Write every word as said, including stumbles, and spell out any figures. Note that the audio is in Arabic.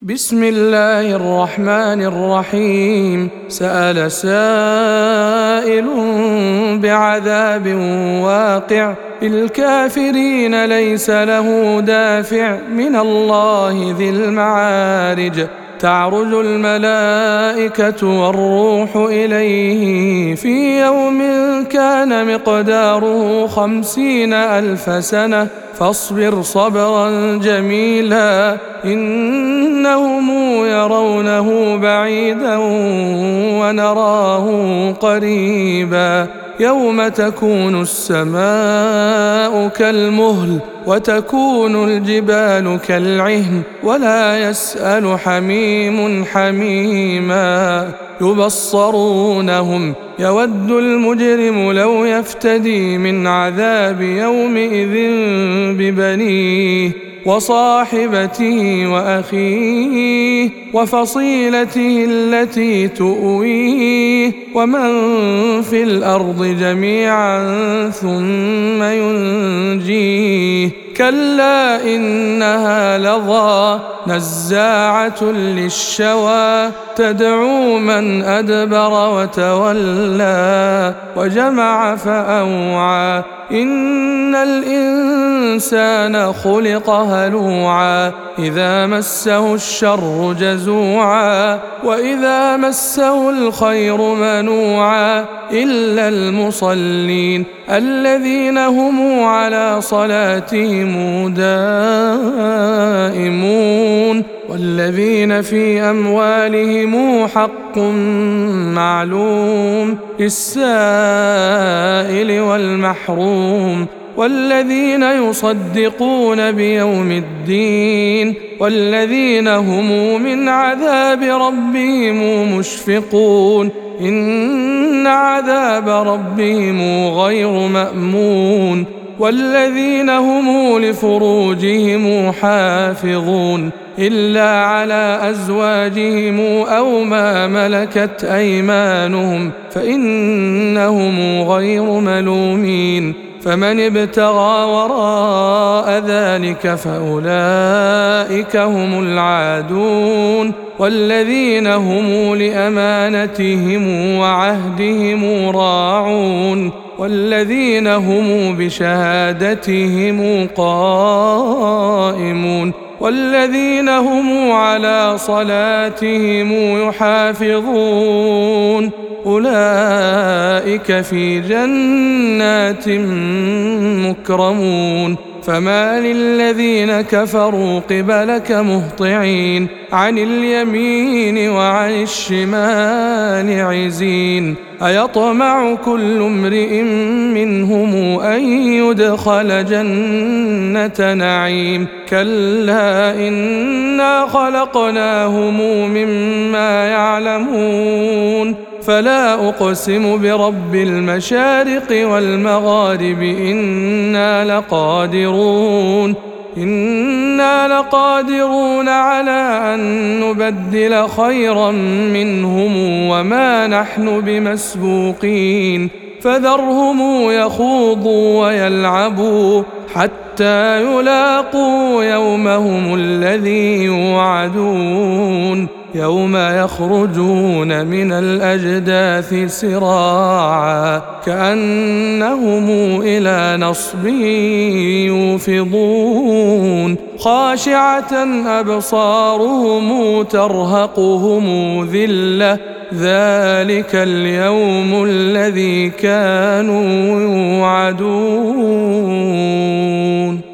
بسم الله الرحمن الرحيم. سأل سائل بعذاب واقع للكافرين ليس له دافع من الله ذي المعارج. تعرج الملائكة والروح إليه في يوم كان مقداره خمسين ألف سنة فاصبر صبرا جميلا إنهم يرونه بعيدا ونراه قريبا. يوم تكون السماء كالمهل وتكون الجبال كالعهن ولا يسأل حميم حميما. يبصرونهم يود المجرم لو يفتدي من عذاب يومئذ ببنيه وصاحبته وأخيه وفصيلته التي تؤويه ومن في الأرض جميعا ثم ينجيه. كلا إنها لظى نزاعة للشوى تدعو من أدبر وتولى وجمع فأوعى. إن الإنسان خلق هلوعا إذا مسه الشر جزوعا وإذا مسه الخير منوعا إلا المصلين الذين هم على صلاتهم دائمون والذين في أموالهم حق معلوم للسائل والمحروم والذين يصدقون بيوم الدين والذين هم من عذاب ربهم مشفقون. إن عذاب ربهم غير مأمون والذين هم لفروجهم حافظون إلا على أزواجهم أو ما ملكت أيمانهم فإنهم غير ملومين. فمن ابتغى وراء ذلك فأولئك هم العادون والذين هم لأمانتهم وعهدهم راعون والذين هم بشهادتهم قائمون والذين هم على صلاتهم يحافظون. أولئك في جنات مكرمون. فما للذين كفروا قبلك مهطعين عن اليمين وعن الشمال عزين. أيطمع كل امرئ منهم أن يدخل جنة نعيم كلا إنا خلقناهم مما يعلمون. فلا أقسم برب المشارق والمغارب إنا لقادرون إنا لقادرون على أن نبدل خيرا منهم وما نحن بمسبوقين. فذرهم يخوضوا ويلعبوا حتى يلاقوا يومهم الذي يوعدون يوم يخرجون من الأجداث سراعا كأنهم إلى نصب يوفضون. خاشعة أبصارهم ترهقهم ذلة ذلك اليوم الذي كانوا يوعدون.